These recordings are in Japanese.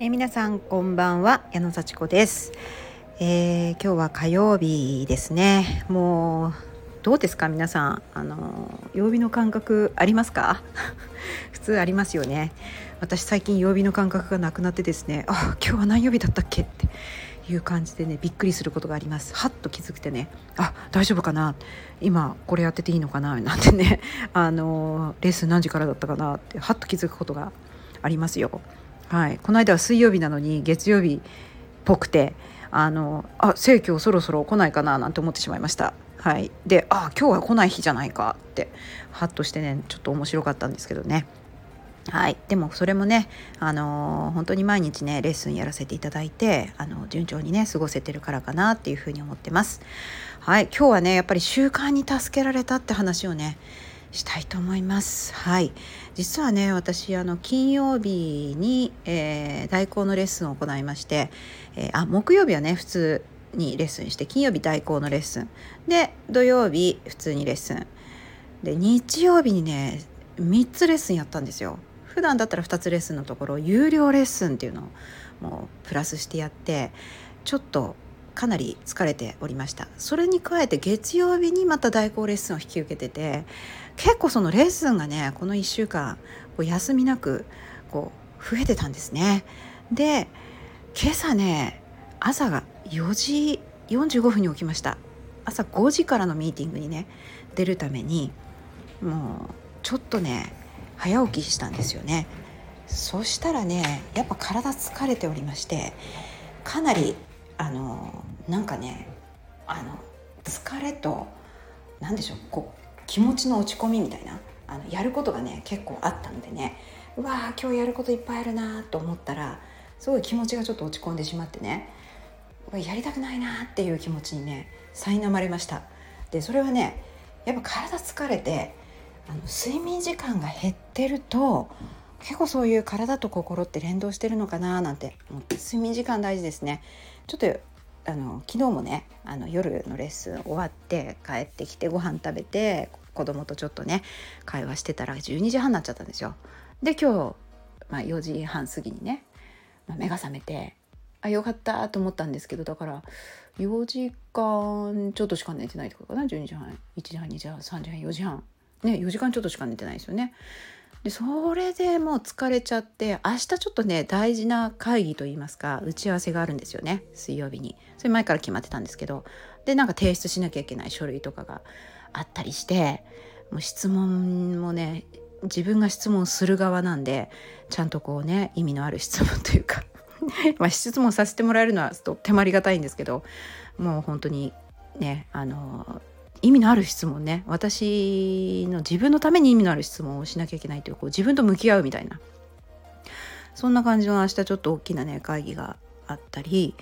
皆さんこんばんは、矢野幸子です。今日は火曜日ですね。もうどうですか皆さん、曜日の感覚ありますか？普通ありますよね。私最近曜日の感覚がなくなってですね、今日は何曜日だったっけっていう感じでね、びっくりすることがあります。はっと気づくてね、大丈夫かな、今これやってていいのかななんてね、レッスン何時からだったかなってはっと気づくことがありますよ。はい、この間は水曜日なのに月曜日っぽくて、生協そろそろ来ないかななんて思ってしまいました。はい、で今日は来ない日じゃないかってハッとしてね、ちょっと面白かったんですけどね。はい、でもそれもね、本当に毎日ねレッスンやらせていただいて、順調にね過ごせてるからかなっていうふうに思ってます。はい、今日はねやっぱり習慣に助けられたって話をねしたいと思います。はい、実はね私金曜日に、代行のレッスンを行いまして、木曜日はね普通にレッスンして、金曜日代行のレッスンで、土曜日普通にレッスンで、日曜日にね3つレッスンやったんですよ。普段だったら2つレッスンのところ、有料レッスンっていうのをもうプラスしてやって、ちょっとかなり疲れておりました。それに加えて月曜日にまた代行レッスンを引き受けてて、結構そのレッスンがねこの1週間こう休みなく増えてたんですね。で今朝ね、朝が4時45分に起きました。朝5時からのミーティングにね出るために、もうちょっとね早起きしたんですよね。そしたらねやっぱ体疲れておりまして、かなりなんかね疲れとなんでしょう、気持ちの落ち込みみたいな、やることがね結構あったのでね、今日やることいっぱいあるなと思ったら、すごい気持ちがちょっと落ち込んでしまってね、やりたくないなっていう気持ちにね苛まれました。でそれはねやっぱ体疲れて睡眠時間が減ってると、結構そういう体と心って連動してるのかななんて思って、睡眠時間大事ですね。ちょっと昨日もね夜のレッスン終わって帰ってきてご飯食べて、子供とちょっとね会話してたら12時半になっちゃったんですよ。で今日、4時半過ぎにね、目が覚めてよかったと思ったんですけど、だから4時間ちょっとしか寝てないってことかな。12時半、1時半、2時半、3時半、4時半ね、4時間ちょっとしか寝てないですよね。でそれでもう疲れちゃって、明日ちょっとね大事な会議といいますか打ち合わせがあるんですよね、水曜日に。それ前から決まってたんですけど、でなんか提出しなきゃいけない書類とかがあったりして、もう質問もね自分が質問する側なんで、ちゃんと意味のある質問というか質問させてもらえるのはとってもありがたいんですけど、もう本当にね意味のある質問ね、私の自分のために意味のある質問をしなきゃいけないという、自分と向き合うみたいな、そんな感じの明日ちょっと大きなね会議があったり、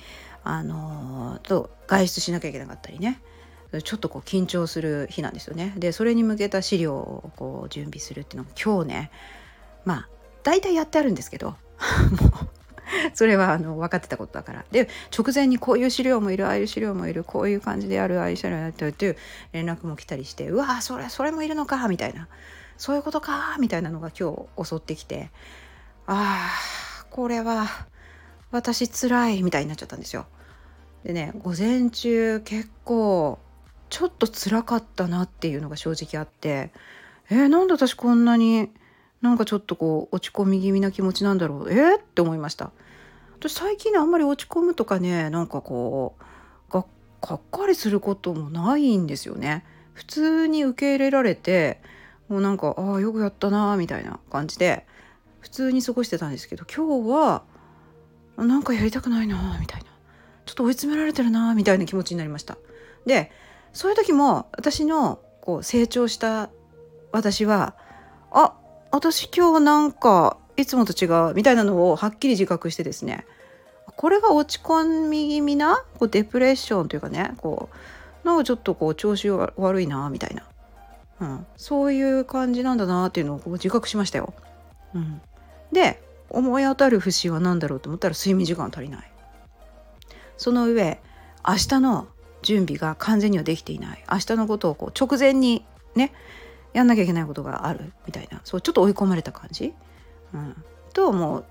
外出しなきゃいけなかったりね、ちょっと緊張する日なんですよね。でそれに向けた資料を準備するっていうのが今日ね、大体やってあるんですけどもうそれは分かってたことだから。で直前にこういう資料もいる、ああいう資料もいる、こういう感じでやる、ああいう資料やってるっていう連絡も来たりして、それもいるのかみたいな、そういうことかみたいなのが今日襲ってきて、これは私辛いみたいになっちゃったんですよ。でね、午前中結構ちょっと辛かったなっていうのが正直あって、なんで私こんなになんかちょっと落ち込み気味な気持ちなんだろうって思いました。私最近ねあんまり落ち込むとかね、なんかがっかりすることもないんですよね。普通に受け入れられて、もうなんかよくやったなみたいな感じで普通に過ごしてたんですけど、今日はなんかやりたくないなみたいな、ちょっと追い詰められてるなみたいな気持ちになりました。でそういう時も私の成長した私は、私今日なんかいつもと違うみたいなのをはっきり自覚してですね、これが落ち込み気味なデプレッションというかね、なんかちょっと調子悪いなみたいな、そういう感じなんだなっていうのを自覚しましたよ。で思い当たる節は何だろうと思ったら、睡眠時間足りない。その上明日の準備が完全にはできていない、明日のことを直前にねやんなきゃいけないことがあるみたいな、そうちょっと追い込まれた感じ、ともう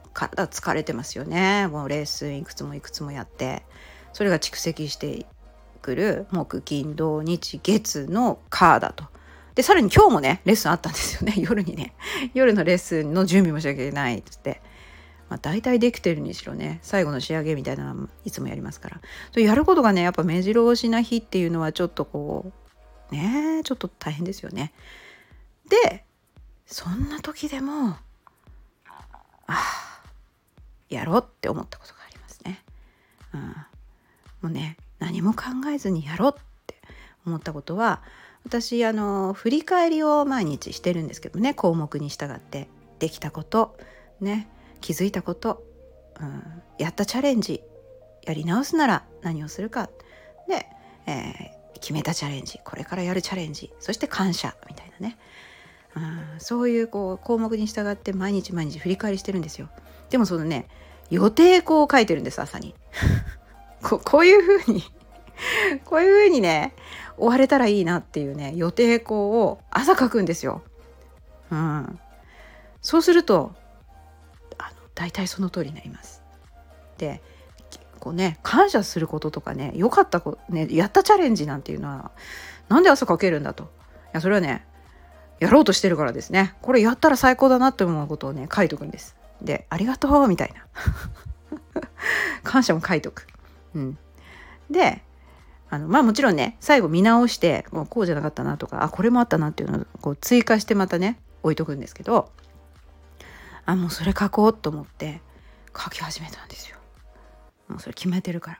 体疲れてますよね。もうレッスンいくつもいくつもやって、それが蓄積してくる木金土日月の火だと。でさらに今日もねレッスンあったんですよね。夜にね、夜のレッスンの準備もしなきゃいけないっつって、大体できてるにしろね、最後の仕上げみたいなのいつもやりますから、それやることがねやっぱ目白押しな日っていうのはちょっとこうね、ちょっと大変ですよね。でそんな時でもやろうって思ったことがありますね。もうね、何も考えずにやろうって思ったことは、私振り返りを毎日してるんですけどね、項目に従ってできたことね、気づいたこと、やったチャレンジ、やり直すなら何をするかで、決めたチャレンジ、これからやるチャレンジ、そして感謝みたいなね、そういう項目に従って毎日毎日振り返りしてるんですよ。でもそのね、予定項を書いてるんです、朝に。こういう風にこういう風にね終われたらいいなっていうね、予定項を朝書くんですよ。そうすると大体その通りになります。でこうね、感謝することとかね、良かったことね、やったチャレンジなんていうのはなんで朝書けるんだと。いや、それはね、やろうとしてるからですね。これやったら最高だなって思うことをね書いとくんです。で、ありがとうみたいな感謝も書いとく。でもちろんね、最後見直してもうこうじゃなかったなとか、これもあったなっていうのをこう追加してまたね置いとくんですけど、もうそれ書こうと思って書き始めたんですよ。もうそれ決めてるから。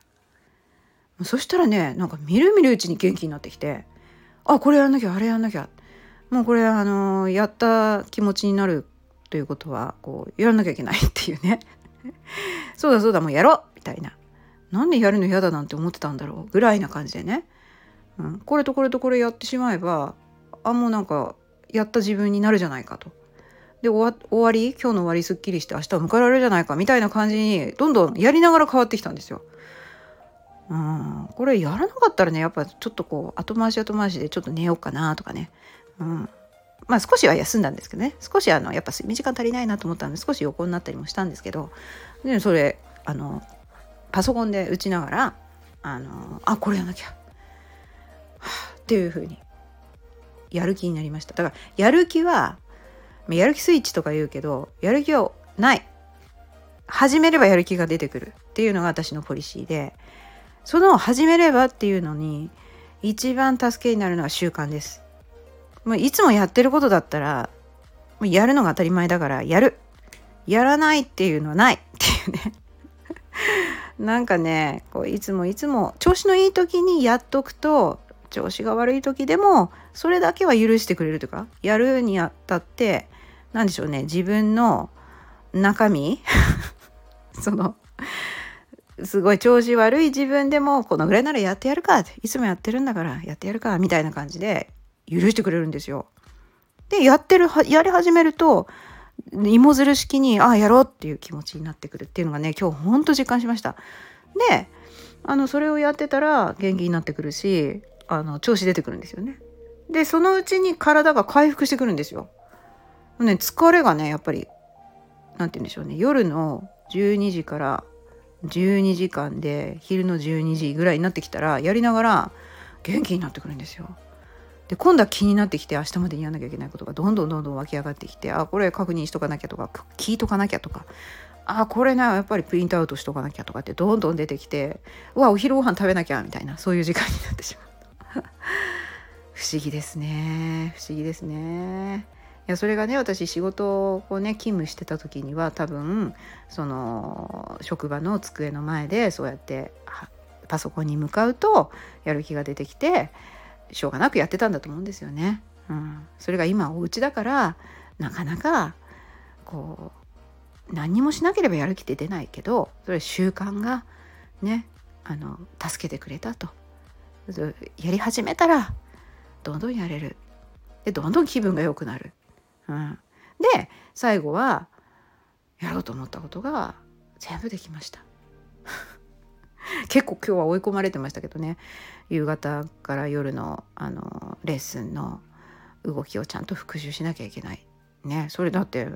そしたらね、なんかみるみるうちに元気になってきて、これやらなきゃ、あれやらなきゃ、もうこれやった気持ちになるということはこうやらなきゃいけないっていうねそうだそうだ、もうやろうみたいな、なんでやるの嫌だなんて思ってたんだろうぐらいな感じでね、これとこれとこれやってしまえばもうなんかやった自分になるじゃないかと。で終わり、今日の終わりすっきりして明日は迎えられるじゃないかみたいな感じにどんどんやりながら変わってきたんですよ。これやらなかったらね、やっぱちょっとこう後回しでちょっと寝ようかなとかね、少しは休んだんですけどね、少しやっぱ睡眠時間足りないなと思ったので少し横になったりもしたんですけど、でそれパソコンで打ちながらこれやんなきゃ、っていう風にやる気になりました。だからやる気スイッチとか言うけど、やる気はない、始めればやる気が出てくるっていうのが私のポリシーで、その始めればっていうのに一番助けになるのは習慣です。もういつもやってることだったらもうやるのが当たり前だからやる、やらないっていうのはないっていうねなんかね、こういつも調子のいい時にやっとくと、調子が悪い時でもそれだけは許してくれるというか、やるにあたってなんでしょうね、自分の中身すごい調子悪い自分でもこのぐらいならやってやるか、いつもやってるんだからやってやるかみたいな感じで許してくれるんですよ。でやり始めると芋づる式にやろうっていう気持ちになってくるっていうのがね、今日ほんと実感しました。でそれをやってたら元気になってくるし、調子出てくるんですよね。でそのうちに体が回復してくるんですよ。疲れがね、やっぱりなんて言うんでしょうね、夜の12時から12時間で昼の12時ぐらいになってきたらやりながら元気になってくるんですよ。で今度は気になってきて、明日までにやらなきゃいけないことがどんどん湧き上がってきて、これ確認しとかなきゃとか、聞いとかなきゃとか、これやっぱりプリントアウトしとかなきゃとかってどんどん出てきて、お昼ご飯食べなきゃみたいな、そういう時間になってしまう不思議ですね。いや、それがね、私仕事をね勤務してた時には多分その職場の机の前でそうやってパソコンに向かうとやる気が出てきてしょうがなくやってたんだと思うんですよね。それが今お家だからなかなかこう何にもしなければやる気って出ないけど、それ習慣がね助けてくれたと。やり始めたらどんどんやれる。でどんどん気分が良くなる。で最後はやろうと思ったことが全部できました結構今日は追い込まれてましたけどね、夕方から夜のレッスンの動きをちゃんと復習しなきゃいけないね。それだって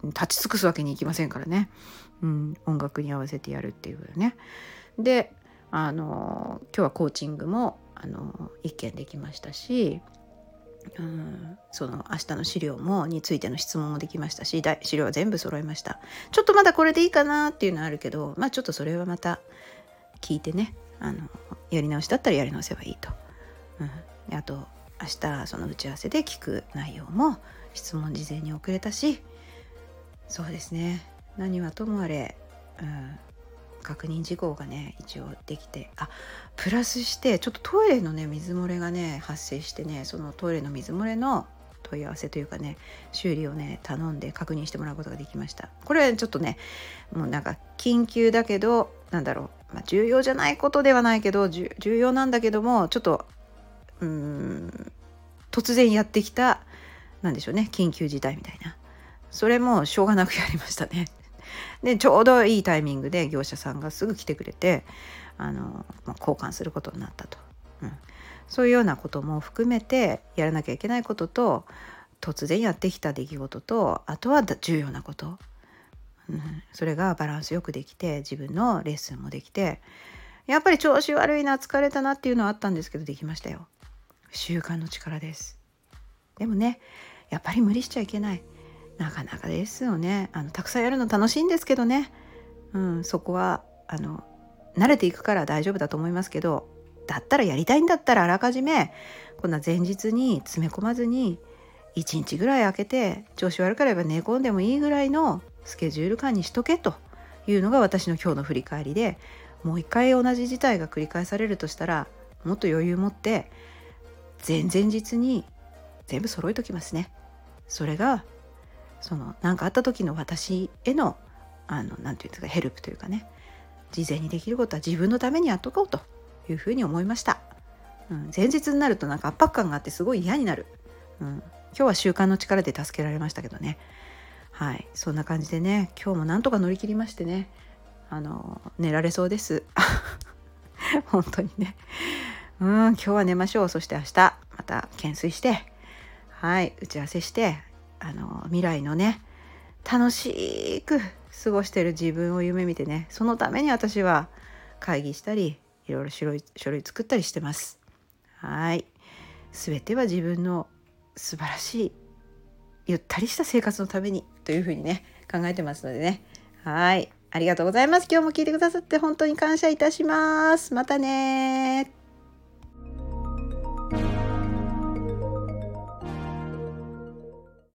立ち尽くすわけにいきませんからね、音楽に合わせてやるっていうね。で今日はコーチングも1件できましたし、その明日の資料についての質問もできましたし、資料は全部揃いました。ちょっとまだこれでいいかなっていうのはあるけど、ちょっとそれはまた聞いてね、やり直しだったらやり直せばいいと、であと明日その打ち合わせで聞く内容も質問事前に送れたし、そうですね、何はともあれ、確認事項がね一応できて、プラスしてちょっとトイレのね水漏れがね発生してね、そのトイレの水漏れの問い合わせというかね、修理をね頼んで確認してもらうことができました。これちょっとねもうなんか緊急だけど重要じゃないことではないけど重要なんだけども、ちょっと突然やってきたなんでしょうね、緊急事態みたいな、それもしょうがなくやりましたね。でちょうどいいタイミングで業者さんがすぐ来てくれて交換することになったと、そういうようなことも含めてやらなきゃいけないことと、突然やってきた出来事と、あとは重要なこと、それがバランスよくできて、自分のレッスンもできて、やっぱり調子悪いな疲れたなっていうのはあったんですけどできましたよ。習慣の力です。でもねやっぱり無理しちゃいけない。なかなかレッスンをねたくさんやるの楽しいんですけどね、そこは慣れていくから大丈夫だと思いますけど、だったらやりたいんだったらあらかじめこんな前日に詰め込まずに1日ぐらい空けて、調子悪ければ寝込んでもいいぐらいのスケジュール感にしとけというのが私の今日の振り返りで、もう一回同じ事態が繰り返されるとしたらもっと余裕持って前々日に全部揃えときますね。それが何かあった時の私へのなんていうんですか、ヘルプというかね、事前にできることは自分のためにやっとこうというふうに思いました。前日になるとなんか圧迫感があってすごい嫌になる。今日は習慣の力で助けられましたけどね。はい、そんな感じでね、今日もなんとか乗り切りましてね、寝られそうです本当にね。今日は寝ましょう。そして明日また懸垂して、打ち合わせして、未来のね楽しく過ごしてる自分を夢見てね、そのために私は会議したりいろいろ書類作ったりしてます。全ては自分の素晴らしいゆったりした生活のためにというふうにね考えてますのでね。ありがとうございます。今日も聞いてくださって本当に感謝いたします。またね。